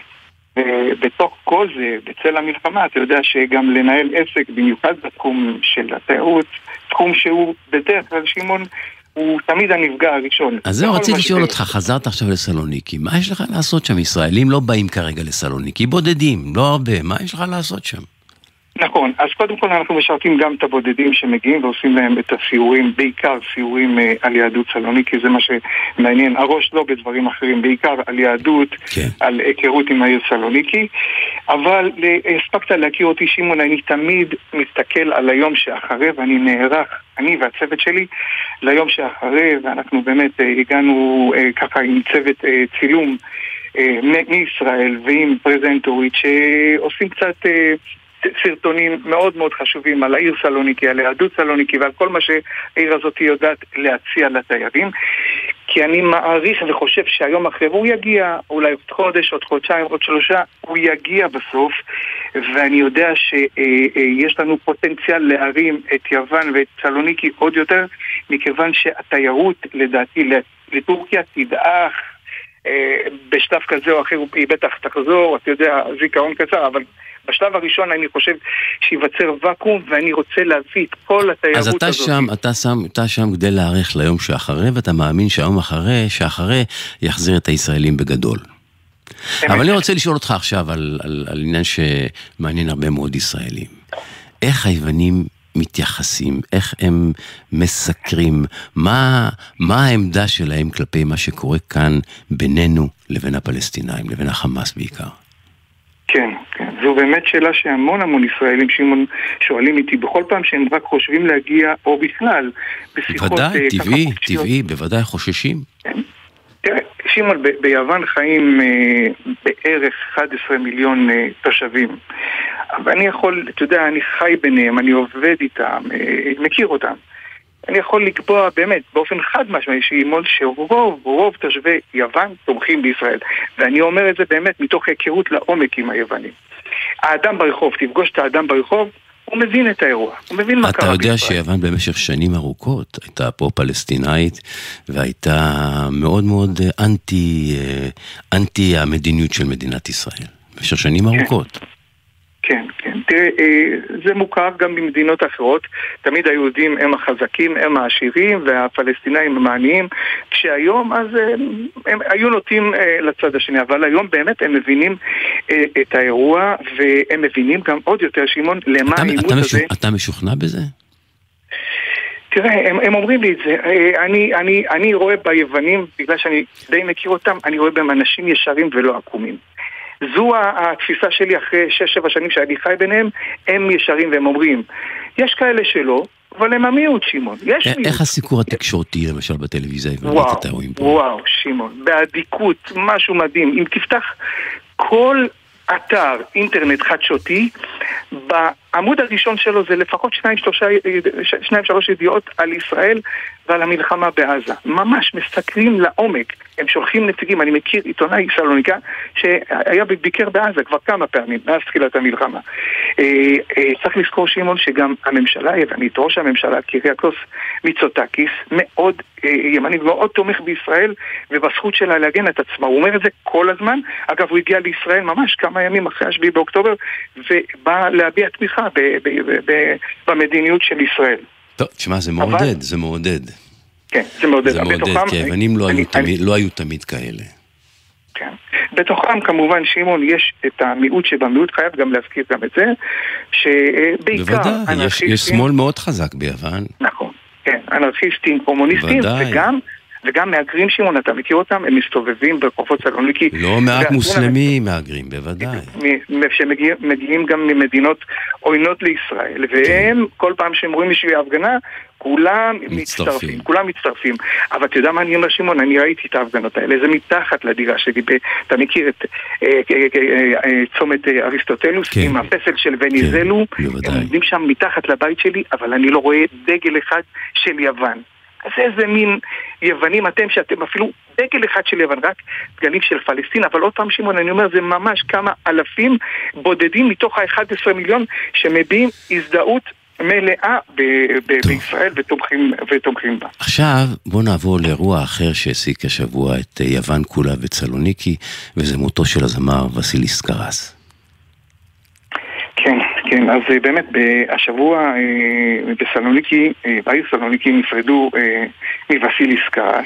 בתוך כל זה, בצל המלחמה, אתה יודע שגם לנהל עסק, במיוחד בתחום של התיירות, תחום שהוא בדרך כלל שמעון, הוא תמיד הנפגע הראשון. אז זהו, רציתי לשאול אותך, חזרת עכשיו לסלוניקי, מה יש לך לעשות שם? ישראלים לא באים כרגע לסלוניקי, בודדים, לא הרבה, מה יש לך לעשות שם? נכון, אז קודם כל אנחנו משרתים גם את הבודדים שמגיעים ועושים להם את הסיורים, בעיקר סיורים אה, על יהדות סלוניקי, זה מה שמעניין, הראש לא בדברים אחרים, בעיקר על יהדות, כן. על היכרות עם העיר סלוניקי, אבל הספקת להכיר אותי שמעון, אני תמיד מסתכל על היום שאחרי ואני נערך, אני והצוות שלי, ליום שאחרי, ואנחנו באמת אה, הגענו אה, ככה עם צוות אה, צילום אה, מישראל ועם פרזנטורית שעושים קצת... אה, סרטונים מאוד מאוד חשובים על העיר סלוניקי, על יהדות סלוניקי ועל כל מה שהעיר הזאת יודעת להציע לתיירים, כי אני מעריך וחושב שהיום אחרי הוא יגיע, אולי עוד חודש, עוד חודשיים, עוד שלושה, הוא יגיע בסוף, ואני יודע שיש לנו פוטנציאל להרים את יוון ואת סלוניקי עוד יותר, מכיוון שהתיירות לדעתי לטורקיה תדעך בשלב כזה או אחר, היא בטח תחזור, אתה יודע, זיכרון קצר, אבל בשלב הראשון אני חושב שיווצר וקום, ואני רוצה להביא את כל התיירות הזאת. אז אתה שם, אתה שם, אתה שם כדי להערך ליום שאחרי, ואתה מאמין שהיום אחרי, שאחרי יחזיר את הישראלים בגדול. אבל אני רוצה לשאול אותך עכשיו על, על, על עניין שמעניין הרבה מאוד ישראלים. איך היוונים מתייחסים, איך הם מסקרים, מה, מה העמדה שלהם כלפי מה שקורה כאן בינינו לבין הפלסטינאים, לבין החמאס בעיקר? כן, כן. זו באמת שאלה שהמון המון ישראלים שמעון שואלים איתי בכל פעם שהם רק חושבים להגיע, או בכלל, בשיחות... בוודאי, טבעי, טבעי, בוודאי חוששים. כן. תראה, שמעון, ב- ביוון חיים אה, בערך אחד עשר מיליון אה, תושבים. אבל אני יכול, אתה יודע, אני חי ביניהם, אני עובד איתם, אה, מכיר אותם. אני יכול לקבוע באמת באופן חד משמעי שימול שרוב, רוב תושבי יוון תומכים בישראל. ואני אומר את זה באמת מתוך היכרות לעומק עם היוונים. האדם ברחוב, תפגוש את האדם ברחוב, הוא מבין את האירוע, הוא מבין מה קרה בישראל. אתה יודע שיוון במשך שנים ארוכות הייתה פה פלסטינאית, והייתה מאוד מאוד אנטי, אנטי המדיניות של מדינת ישראל. במשך שנים ארוכות. כן, כן. תראה, זה מוכר גם במדינות אחרות. תמיד היהודים הם החזקים, הם העשירים, והפלסטינאים הם העניים. כשהיום, אז הם, הם היו נוטים לצד השני. אבל היום באמת הם מבינים את האירוע, והם מבינים גם עוד יותר, שמעון, למה העימות הזה... אתה משוכנע בזה? תראה, הם, הם אומרים לי את זה. אני, אני, אני רואה ביוונים, בגלל שאני די מכיר אותם, אני רואה בהם אנשים ישרים ולא עקומים. זו התפיסה שלי אחרי שש שבע שנים שאני חי ביניהם, הם ישרים והם אומרים, יש כאלה שלא, אבל הם המיעוט, שמעון. יש מיעוט. איך הסיקור התקשורתי, למשל, בטלוויזיה? וואו, וואו, שמעון. בעדיקות, משהו מדהים. אם תפתח כל אתר אינטרנט חדשותי, בעמוד הראשון שלו זה לפחות שניים, שלושה, שניים, שלוש ידיעות על ישראל ועל המלחמה בעזה. ממש מסתכלים לעומק. הם שולחים נציגים, אני מכיר עיתונאי סלוניקה שהיה בביקר בעזה כבר כמה פעמים, מאז תחילת המלחמה. צריך לזכור, שמעון, שגם הממשלה היוונית, ראש הממשלה, קיריאקוס מיצוטקיס, מאוד ימני ומאוד תומך בישראל ובזכות שלה להגן את עצמה. הוא אומר את זה כל הזמן. אגב, הוא הגיע לישראל ממש כמה ימים אחרי השביעי באוקטובר ובא להביע תמיכה במדיניות של ישראל. טוב, תשמע, זה מעודד, זה מעודד. כן, זה מעודד. זה מעודד, כי היוונים לא היו תמיד כאלה. כן. בתוכם כמובן, שמעון, יש את המיעוט שבמיעוט, חייב גם להזכיר גם את זה, שבעיקר... בוודאי, יש שמאל מאוד חזק ביוון. נכון, כן, אנרכיסטים, קומוניסטים, וגם וגם מהגרים, שמעון, אתה מכיר אותם? הם מסתובבים ברחובות סלוניקי. לא מעט מוסלמים מהגרים, בוודאי. שמגיעים גם ממדינות עוינות לישראל, והם, כל פעם שהם רואים מישהו בהפגנה, כולם מצטרפים, כולם מצטרפים. אבל אתה יודע מה אני אומר, שמעון? אני ראיתי את ההפגנות האלה, זה מתחת לדירה שלי. אתה מכיר את צומת אריסטוטלוס עם הפסל של וניזלו, הם עומדים שם מתחת לבית שלי, אבל אני לא רואה דגל אחד של יוון. אז איזה מין יוונים אתם, שאתם אפילו דגל אחד של יוון, רק דגלים של פלסטין. אבל עוד פעם, שמעון, אני אומר, זה ממש כמה אלפים בודדים מתוך ה-אחד עשר מיליון שמביעים הזדהות מלאה ב- ב- בישראל ותומכים, ותומכים בה. עכשיו בוא נעבור לאירוע אחר שהעסיק השבוע את יוון כולה וסלוניקי, וזה מותו של הזמר וסיליס קרס. כן, כן, אז באמת השבוע בסלוניקי, בעיר סלוניקי נפרדו מוסיליס קרס,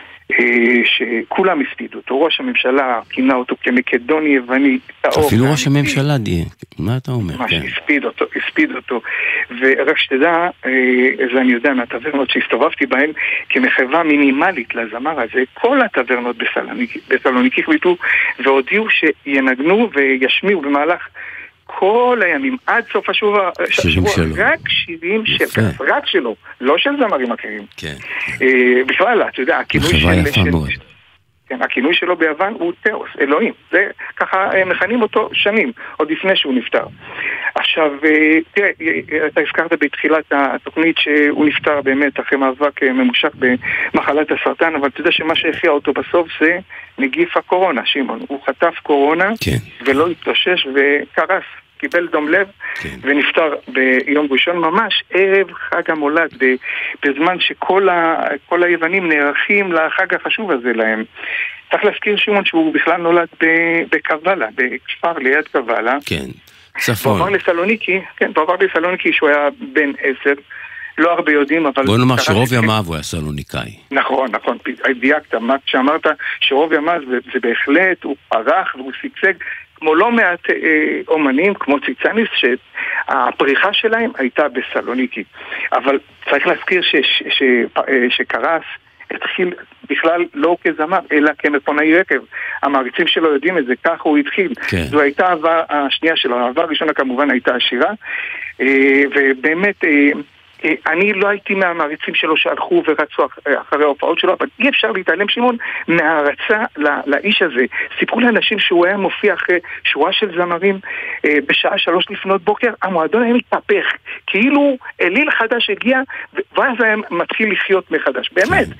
שכולם הספידו אותו. ראש הממשלה כינה אותו כמקדוני יווני טהור. אפילו ראש הממשלה די, מה אתה אומר? ממש הספיד אותו, הספיד אותו. ורק שתדע, זה אני יודע מהטברנות שהסתובבתי בהן, כמחווה מינימלית לזמר הזה, כל הטברנות בסלוניקי החליטו והודיעו שינגנו וישמיעו במהלך כל הימים, עד סוף השבוע, רק שירים של, רק שלו, לא של זמרים אחרים. כן. בכלל, אתה יודע, הכינוי של... כן, הכינוי שלו ביוון הוא תאוס, אלוהים. זה ככה מכנים אותו שנים, עוד לפני שהוא נפטר. עכשיו, תראה, אתה הזכרת בתחילת התוכנית שהוא נפטר באמת אחרי מאבק ממושך במחלת הסרטן, אבל אתה יודע שמה שהכריע אותו בסוף זה נגיף הקורונה, שמעון. הוא חטף קורונה, כן. ולא התאושש וקרס. קיבל דום לב, כן. ונפטר ביום ראשון ממש ערב חג המולד, בזמן שכל ה, כל היוונים נערכים לחג החשוב הזה להם. צריך להזכיר, שמעון, שהוא בכלל נולד בקבלה, בכפר ליד קבלה. כן, צפון. הוא עבר לסלוניקי, כן, הוא עבר לסלוניקי שהוא היה בן עשר, לא הרבה יודעים, אבל... בוא נאמר שרוב ימיו הוא היה סלוניקאי. נכון, נכון, דייקת, מה שאמרת, שרוב ימיו זה, זה בהחלט, הוא פרח והוא שגשג, כמו לא מעט אה, אומנים, כמו ציצניס, שהפריחה שלהם הייתה בסלוניקי. אבל צריך להזכיר ש, ש, ש, אה, שקרס התחיל בכלל לא כזמר, אלא כמכונאי רכב. המעריצים שלו יודעים את זה, כך הוא התחיל. כן. זו הייתה האהבה השנייה שלו, האהבה הראשונה כמובן הייתה השירה, אה, ובאמת... אה, אני לא הייתי מהמעריצים שלו שהלכו ורצו אחרי ההופעות שלו, אבל אי אפשר להתעלם, שמעון, מההרצה לאיש הזה. סיפרו לאנשים שהוא היה מופיע אחרי שורה של זמרים בשעה שלוש לפנות בוקר, המועדון היה מתהפך, כאילו אליל חדש הגיע, ואז היה מתחיל לחיות מחדש. באמת,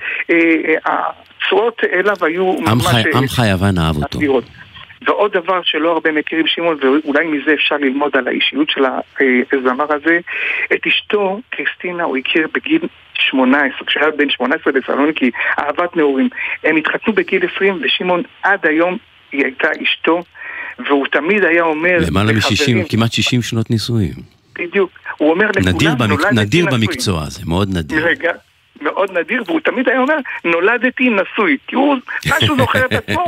הצורות אליו היו ממש... עמך יוון אהב אותו. ועוד דבר שלא הרבה מכירים, שמעון, ואולי מזה אפשר ללמוד על האישיות של הזמר הזה, את אשתו, קריסטינה, הוא הכיר בגיל שמונה עשרה, כשהיה בן שמונה עשרה בסלוניקי, אהבת נעורים. הם התחתנו בגיל עשרים, ושמעון עד היום היא הייתה אשתו, והוא תמיד היה אומר... למעלה מ-שישים, כמעט שישים שנות נישואים. בדיוק. הוא אומר לכולם, נדיר, במק... נדיר במקצוע הזה, מאוד נדיר. רגע. מאוד נדיר, והוא תמיד היה אומר, נולדתי נשוי, כי הוא משהו זוכר את עצמו.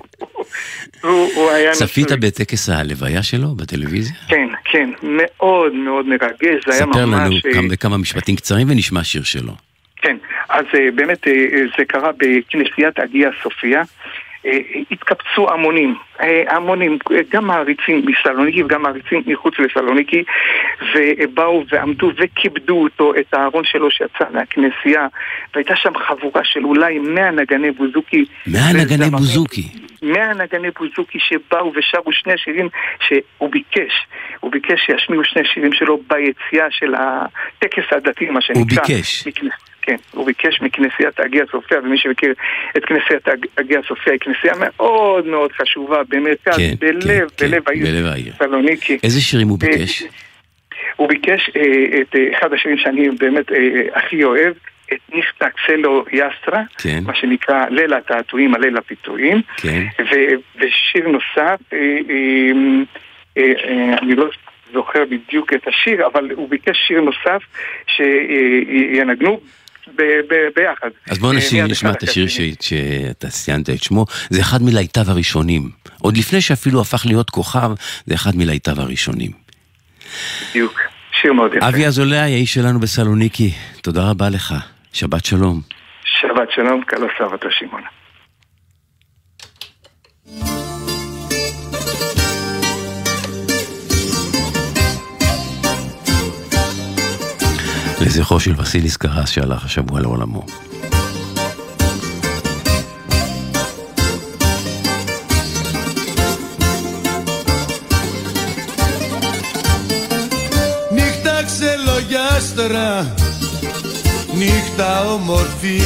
הוא, הוא היה נשוי. צפית בטקס הלוויה שלו בטלוויזיה? כן, כן, מאוד מאוד מרגש, זה היה ממש... ספר לנו כמה, בכמה משפטים קצרים ונשמע שיר שלו. כן, אז באמת זה קרה בכנסיית אגיה סופיה, התקבצו המונים, המונים, גם מעריצים מסלוניקי וגם מעריצים מחוץ לסלוניקי, ובאו ועמדו וכיבדו אותו, את הארון שלו שיצא מהכנסייה, והייתה שם חבורה של אולי מאה נגני בוזוקי. מאה נגני בוזוקי. מאה נגני בוזוקי שבאו ושרו שני שירים שהוא ביקש, הוא ביקש שישמיעו שני שירים שלו ביציאה של הטקס הדתי, מה שנקרא. הוא ביקש. כן, הוא ביקש מכנסיית אגיה סופיה, ומי שמכיר את כנסיית אגיה סופיה היא כנסייה מאוד מאוד חשובה במרכז, כן, בלב, כן, בלב כן, העיר, בלב העיר. סלוניקי. איזה שירים הוא ביקש? הוא ביקש את אחד השירים שאני באמת הכי אוהב, את ניחתא קסלו יסטרה, כן. מה שנקרא ליל התעתועים, הליל הפיתויים, כן. ושיר נוסף, אני לא זוכר בדיוק את השיר, אבל הוא ביקש שיר נוסף שינגנו ב- ב- ביחד. אז בואו נשאיר, נשמע את השיר ש- שאתה ציינת את שמו. זה אחד מלהיטיו הראשונים. עוד לפני שאפילו הפך להיות כוכב, זה אחד מלהיטיו הראשונים. בדיוק, שיר מאוד יפה. אבי אזולאי, האיש שלנו בסלוניקי, תודה רבה לך. שבת שלום. שבת שלום, קלו סבתו שמעון. לזכרו של וסיליס קרס שהלך השבוע לעולמו. Νύχτα ξελογιάστερα, νύχτα όμορφη,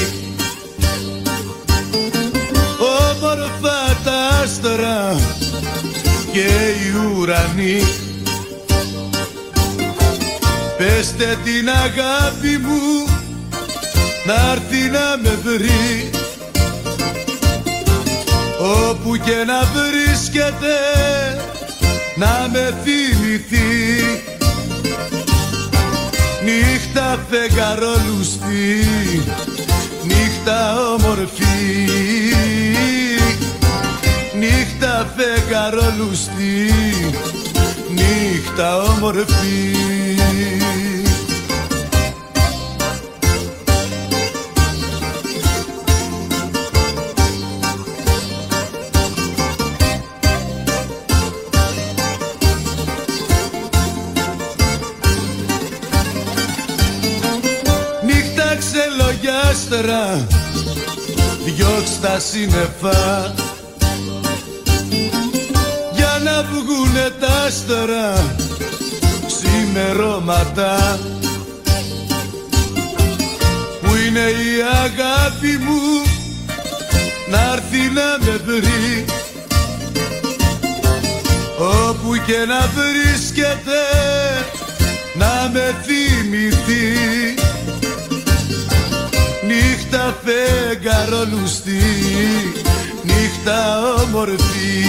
όμορφα τα άστερα και οι ουρανοί. Πεστε την αγάπη μου να έρθει να με βρει, όπου και να βρίσκεται να με θυμηθεί. Νύχτα φεγγαρόλουστη, νύχτα όμορφη, νύχτα φεγγαρόλουστη, νύχτα όμορφη. Ξελογιάστερα, διώξ' τα σύννεφα για να βγουνε τα άστερα ξημερώματα, που είναι η αγάπη μου να έρθει να με βρει, όπου και να βρίσκεται να με θυμηθεί. Νύχτα φεγγαρόλουστη, νύχτα όμορφη,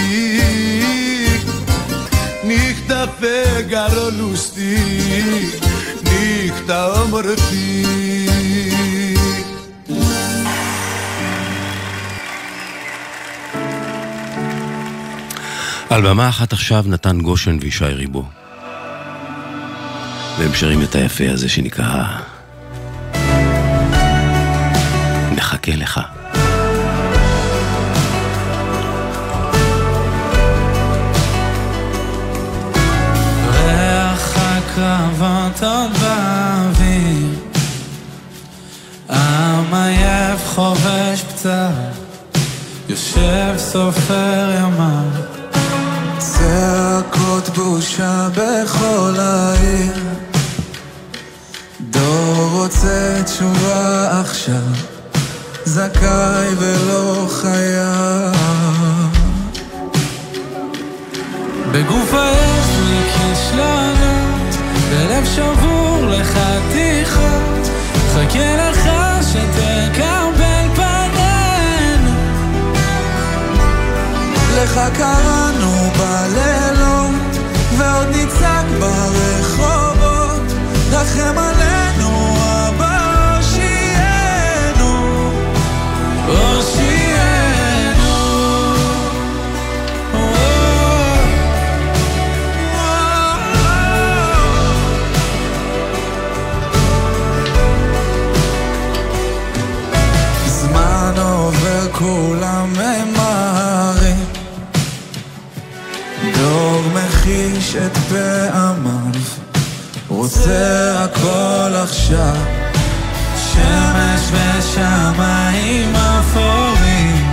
νύχτα φεγγαρόλουστη, νύχτα όμορφη. על במה אחת עכשיו נתן גושן וישי ריבו, והם שרים את היפה הזה שנקרא נחכה לך. ריח הקרבות עוד באוויר, המייב חובש פצע, יושב סופר ימיו, צעקות בושה בכל העיר, דור רוצה תשובה עכשיו, זכאי ולא חייב. בגוף העז מכישלונות, בלב שבור לחתיכות, חכה לך שתקבל פנינו, לך קראנו בלילות ועוד ניצק ברחובות, רחם עלינו אבא הושיענו, זמן עובר כולם ממהרים, דור מחיש את פעמיו, רוצה הכל עכשיו, שמש ושמיים אפורים,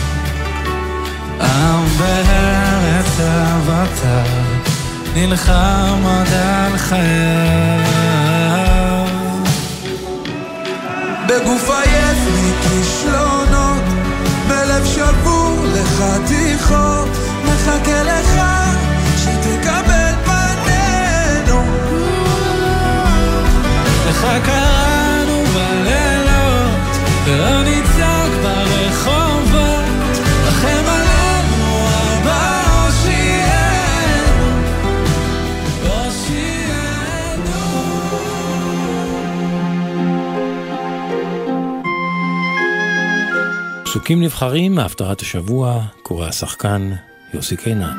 עם בארץ אבותיו, נלחם עוד על חייו. בגוף עייף מכישלונות, בלב שבור לחתיכות, מחכה לך שתקבל פנינו, לך קראנו בלילות ולא נצעק ברחובות, רחם עלינו אבא הושיענו, הושיענו. פסוקים נבחרים מהפטרת השבוע, קורא השחקן יוסי קינן.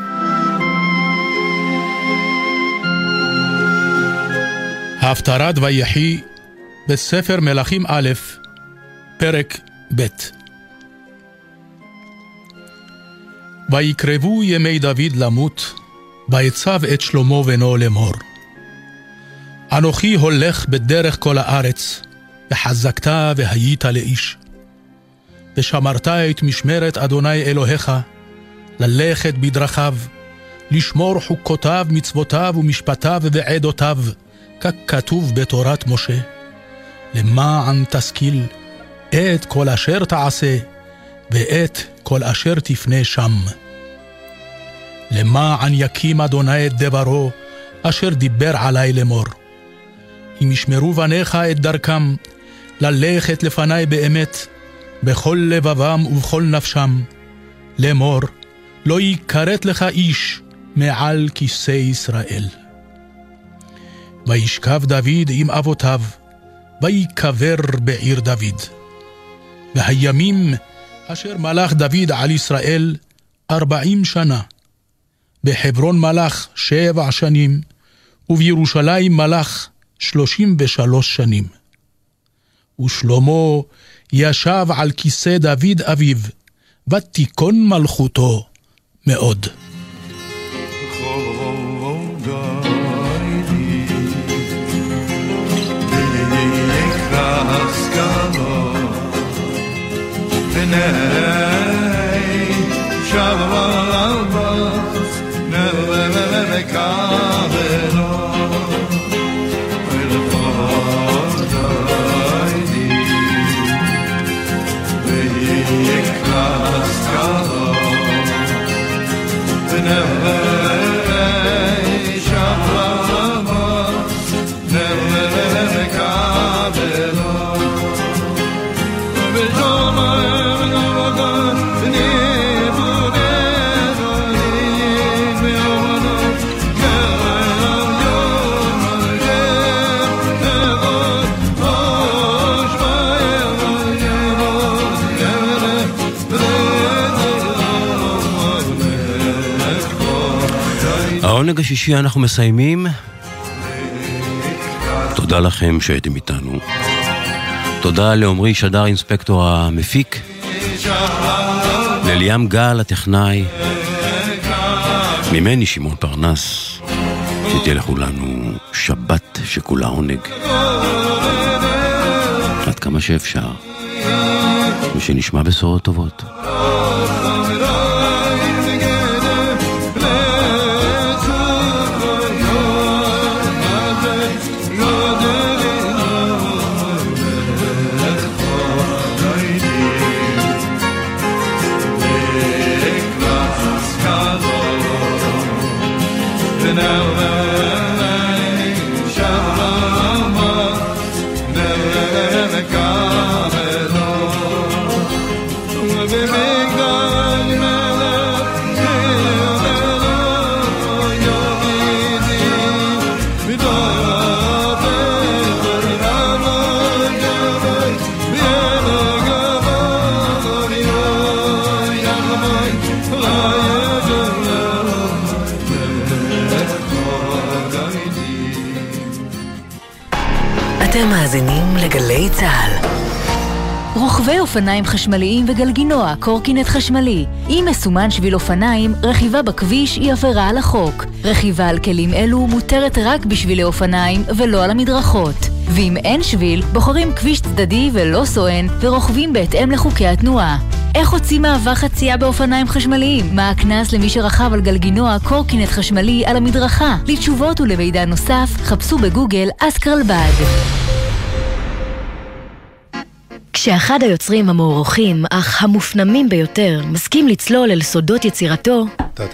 הפטרת ויחי בספר מלכים א', פרק ב'. ויקרבו ימי דוד למות, ויצב את שלמה בנו לאמור. אנוכי הולך בדרך כל הארץ, וחזקת והיית לאיש. ושמרת את משמרת אדוני אלוהיך, ללכת בדרכיו, לשמור חוקותיו, מצוותיו ומשפטיו ועדותיו, ככתוב בתורת משה. למען תשכיל את כל אשר תעשה, ואת כל אשר תפנה שם. למען יקים אדוני את דברו, אשר דיבר עלי לאמור. אם ישמרו בניך את דרכם, ללכת לפני באמת, בכל לבבם ובכל נפשם, לאמור, לא יכרת לך איש מעל כיסא ישראל. וישכב דוד עם אבותיו, ויקבר בעיר דוד. והימים אשר מלך דוד על ישראל ארבעים שנה, בחברון מלך שבע שנים, ובירושלים מלך שלושים ושלוש שנים. ושלמה ישב על כיסא דוד אביו, ותיכון מלכותו מאוד. העונג השישי אנחנו מסיימים. תודה לכם שהייתם איתנו. תודה לעומרי שדר אינספקטור המפיק, לליאם גל הטכנאי, ממני שמעון פרנס. שתהיה לכולנו שבת שכולה עונג עד כמה שאפשר, ושנשמע בשורות טובות. אתם מאזינים לגלי צהל. רוכבי אופניים חשמליים וגלגינוע, קורקינט חשמלי. אם מסומן שביל אופניים, רכיבה בכביש היא עבירה על החוק. רכיבה על כלים אלו מותרת רק בשבילי אופניים ולא על המדרכות. ואם אין שביל, בוחרים כביש צדדי ולא סואן ורוכבים בהתאם לחוקי התנועה. איך הוציא מעבר חצייה באופניים חשמליים? מה הקנס למי שרכב על גלגינוע קורקינט חשמלי על המדרכה? לתשובות ולמידע נוסף, חפשו בגוגל אסקרלבד. כשאחד היוצרים המוערוכים, אך המופנמים ביותר, מסכים לצלול אל סודות יצירתו,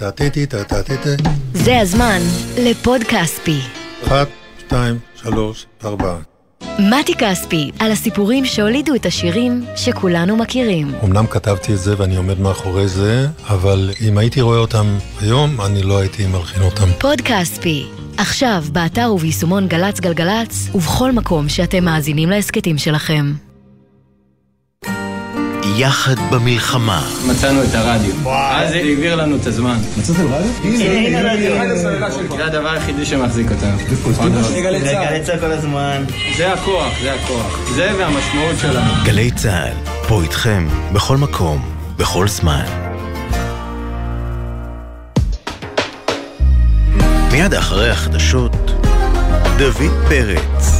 זה הזמן לפוד כספי. אחת, שתיים, שלוש, ארבע. מתי כספי, על הסיפורים שהולידו את השירים שכולנו מכירים. אמנם כתבתי את זה ואני עומד מאחורי זה, אבל אם הייתי רואה אותם היום, אני לא הייתי מלחין אותם. פוד כספי, עכשיו באתר וביישומון גלץ גלגלץ, ובכל מקום שאתם מאזינים להסקטים שלכם. ביחד במלחמה. מצאנו את הרדיו. אז זה הגביר לנו את הזמן. מצאתם רדיו? הנה הרדיו. זה הדבר היחידי שמחזיק אותנו. גלי צהל כל הזמן. זה הכוח, זה הכוח. זה והמשמעות שלנו. גלי צהל, פה איתכם, בכל מקום, בכל זמן. מיד אחרי החדשות, דוד פרץ.